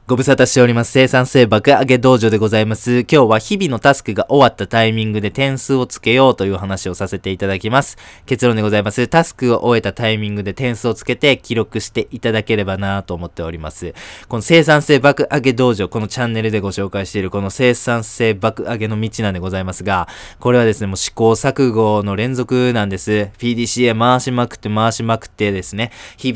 ご無沙汰しております。生産性爆上げ道場でございます。今日は日々のタスクが終わったタイミングで点数をつけようという話をさせていただきます。結論でございます。タスクを終えたタイミングで点数をつけて記録していただければなと思っております。この生産性爆上げ道場、このチャンネルでご紹介しているこの生産性爆上げの道なんでございますが、これはですね、もう試行錯誤の連続なんです。PDCA 回しまくってですね、日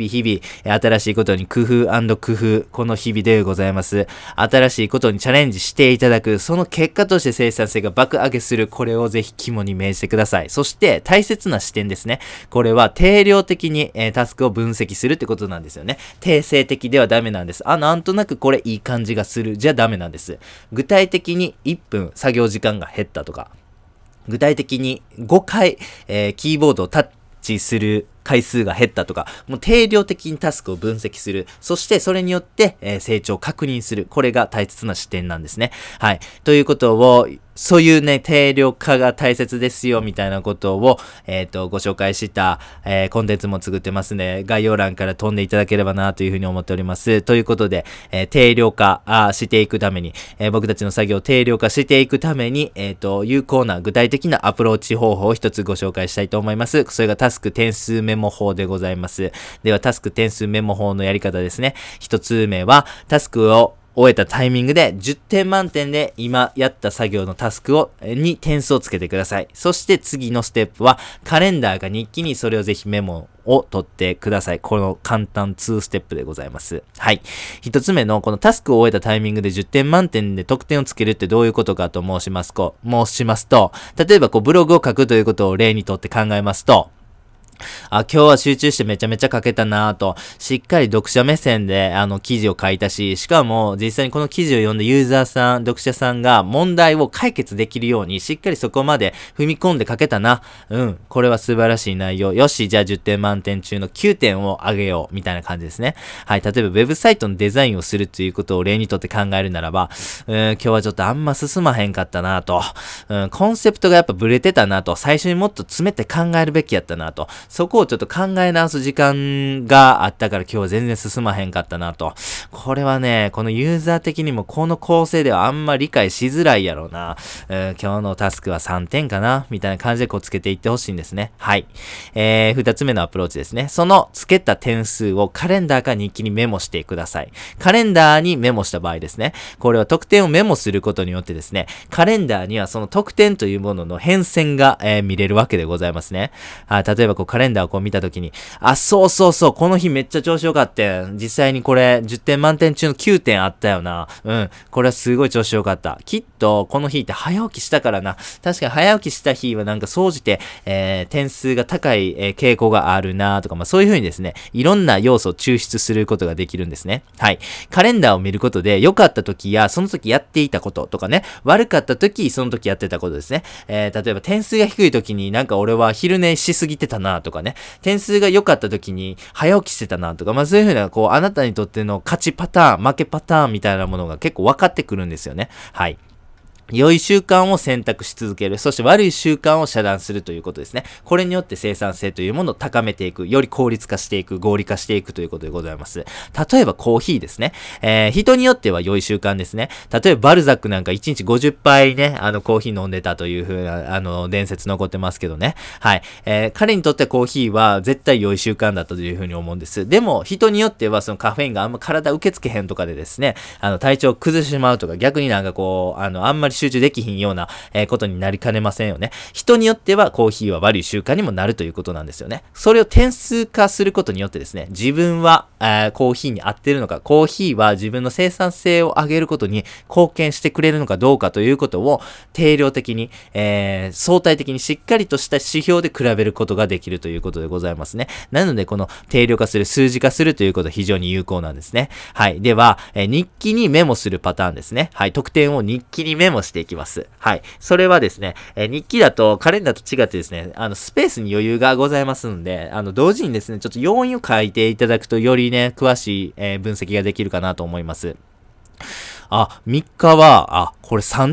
々新しいことに工夫工夫、この日々でございます。新しいことにチャレンジしていただく、その結果として生産性が爆上げする、これをぜひ肝に銘じてください。そして大切な視点ですね。これは定量的に、タスクを分析するってことなんですよね。定性的ではダメなんです。なんとなくこれいい感じがするじゃダメなんです。具体的に1分作業時間が減ったとか、具体的に5回、キーボードをタッチする回数が減ったとか、もう定量的にタスクを分析する。そしてそれによって、成長を確認する。これが大切な視点なんですね。はい。ということを、そういうね、定量化が大切ですよ、みたいなことを、ご紹介した、コンテンツも作ってますね。概要欄から飛んでいただければな、というふうに思っております。ということで、定量化していくために、僕たちの作業を定量化していくために、有効な具体的なアプローチ方法を一つご紹介したいと思います。それがタスク点数メモ法でございます。では、タスク点数メモ法のやり方ですね。一つ目は、タスクを終えたタイミングで10点満点で今やった作業のタスクに点数をつけてください。そして次のステップはカレンダーか日記にそれをぜひメモを取ってください。この簡単2ステップでございます。はい。一つ目のこのタスクを終えたタイミングで10点満点で得点をつけるってどういうことかと申しますと、例えばブログを書くということを例にとって考えますと、今日は集中してめちゃめちゃ書けたなぁと、しっかり読者目線で記事を書いたし、しかも実際にこの記事を読んでユーザーさん、読者さんが問題を解決できるように、しっかりそこまで踏み込んで書けたな。これは素晴らしい内容。よし、じゃあ10点満点中の9点を上げよう。みたいな感じですね。はい。例えばウェブサイトのデザインをするということを例にとって考えるならば、今日はちょっとあんま進まへんかったなと、コンセプトがやっぱブレてたなと、最初にもっと詰めて考えるべきやったなと、そこをちょっと考え直す時間があったから今日は全然進まへんかったなと。これはね、このユーザー的にもこの構成ではあんま理解しづらいやろうな。今日のタスクは3点かなみたいな感じでつけていってほしいんですね。はい。二つ目のアプローチですね。そのつけた点数をカレンダーか日記にメモしてください。カレンダーにメモした場合ですね。これは得点をメモすることによってですね、カレンダーにはその得点というものの変遷が、見れるわけでございますね。例えばカレンダーを見たときに、そう、この日めっちゃ調子よかった。実際にこれ10点満点中の9点あったよな。これはすごい調子よかった。きっとこの日って早起きしたからな。確かに早起きした日はなんか総じて、点数が高い、傾向があるなとか、そういう風にですね、いろんな要素を抽出することができるんですね。はい。カレンダーを見ることで、良かった時やその時やっていたこととかね、悪かった時その時やってたことですね。例えば点数が低い時になんか俺は昼寝しすぎてたなとかね、点数が良かった時に早起きしてたなとか、そういう風なあなたにとっての勝ちパターン、負けパターンみたいなものが結構分かってくるんですよね。はい。良い習慣を選択し続ける。そして悪い習慣を遮断するということですね。これによって生産性というものを高めていく。より効率化していく。合理化していくということでございます。例えばコーヒーですね。人によっては良い習慣ですね。例えばバルザックなんか1日50杯ね、コーヒー飲んでたという風な、伝説残ってますけどね。はい。彼にとってコーヒーは絶対良い習慣だったという風に思うんです。でも、人によってはそのカフェインがあんま体受け付けへんとかでですね、体調を崩してしまうとか、逆になんかあんまり集中できひんような、ことになりかねませんよね。人によってはコーヒーは悪い習慣にもなるということなんですよね。それを点数化することによってですね、自分は、コーヒーに合っているのか、コーヒーは自分の生産性を上げることに貢献してくれるのかどうかということを定量的に、相対的にしっかりとした指標で比べることができるということでございますね。なのでこの定量化する、数字化するということは非常に有効なんですね。はい。では、日記にメモするパターンですね。はい。得点を日記にメモしていきます。はい。それはですね、日記だとカレンダーと違ってですね、スペースに余裕がございますので、同時にですね、ちょっと要因を書いていただくとよりね、詳しい、分析ができるかなと思います。3日は、これ3点。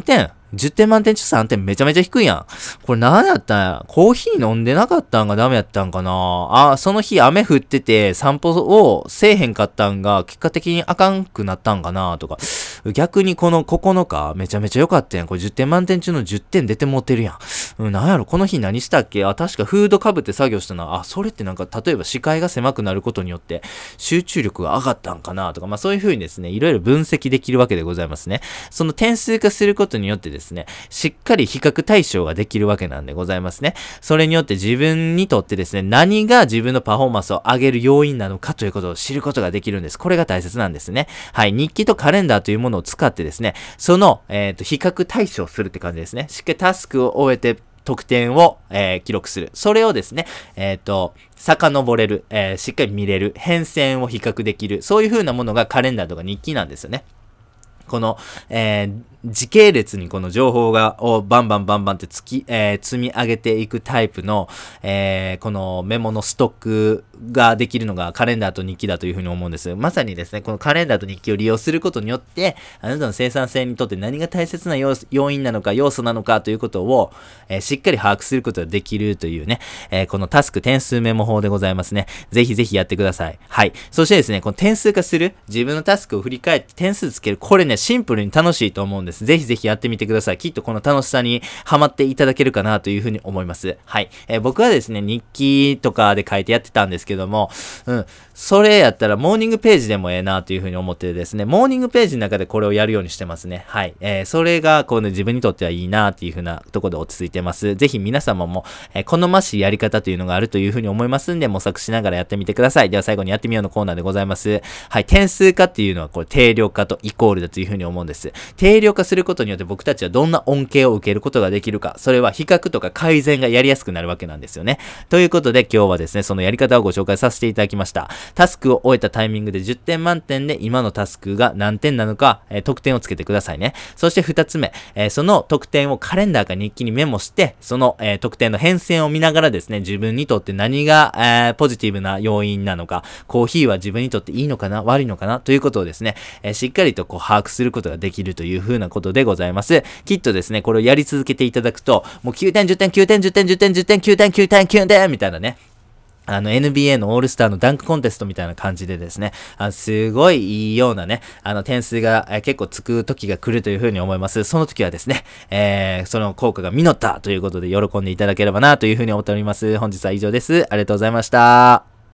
10点満点中3点めちゃめちゃ低いやん。これ何やったんや。コーヒー飲んでなかったんがダメやったんかな。その日雨降ってて散歩をせえへんかったんが結果的にあかんくなったんかなとか。逆にこの9日めちゃめちゃ良かったやん。これ10点満点中の10点出てもってるやん。なんやろ、この日何したっけ。確かフードかぶって作業したな。それってなんか例えば視界が狭くなることによって集中力が上がったんかなとか、そういう風にですね、いろいろ分析できるわけでございますね。その点数化することによってですね、しっかり比較対象ができるわけなんでございますね。それによって自分にとってですね、何が自分のパフォーマンスを上げる要因なのかということを知ることができるんです。これが大切なんですね。はい。日記とカレンダーというものを使ってですね、その、比較対象をするって感じですね。しっかりタスクを終えて、得点を、記録する。それをですね、遡れる、しっかり見れる、変遷を比較できる。そういう風なものがカレンダーとか日記なんですよね。この、時系列にこの情報をバンバンって積み上げていくタイプの、このメモのストックができるのがカレンダーと日記だというふうに思うんです。まさにですね、このカレンダーと日記を利用することによって、あなたの生産性にとって何が大切な要因なのか、要素なのかということを、しっかり把握することができるというね、このタスク点数メモ法でございますね。ぜひぜひやってください。はい。そしてですね、この点数化する、自分のタスクを振り返って点数つける、これね、シンプルに楽しいと思うんです。ぜひぜひやってみてください。きっとこの楽しさにハマっていただけるかなというふうに思います。はい。僕はですね、日記とかで書いてやってたんですけども、それやったらモーニングページでもええなというふうに思ってですね、モーニングページの中でこれをやるようにしてますね。はい。それがこうね、自分にとってはいいなっていうふうなところで落ち着いてます。ぜひ皆様も、好ましいやり方というのがあるというふうに思いますんで、模索しながらやってみてください。では最後にやってみようのコーナーでございます。はい。点数化っていうのはこれ定量化とイコールだというふうに思うんです。定量化することによって僕たちはどんな恩恵を受けることができるか、それは比較とか改善がやりやすくなるわけなんですよね。ということで今日はですね、そのやり方をご紹介させていただきました。タスクを終えたタイミングで10点満点で今のタスクが何点なのか、得点をつけてくださいね。そして2つ目、その得点をカレンダーか日記にメモして、その、得点の変遷を見ながらですね、自分にとって何が、ポジティブな要因なのか、コーヒーは自分にとっていいのかな、悪いのかなということをですね、しっかりとこう把握することができるという風なことでございます。きっとですね、これをやり続けていただくと、もう9点、10点、9点、10点、10点、10点、9点、9点、9点、みたいなね。NBA のオールスターのダンクコンテストみたいな感じでですね、すごいいいようなね、点数が、結構つく時が来るというふうに思います。その時はですね、その効果が実ったということで喜んでいただければなというふうに思っております。本日は以上です。ありがとうございました。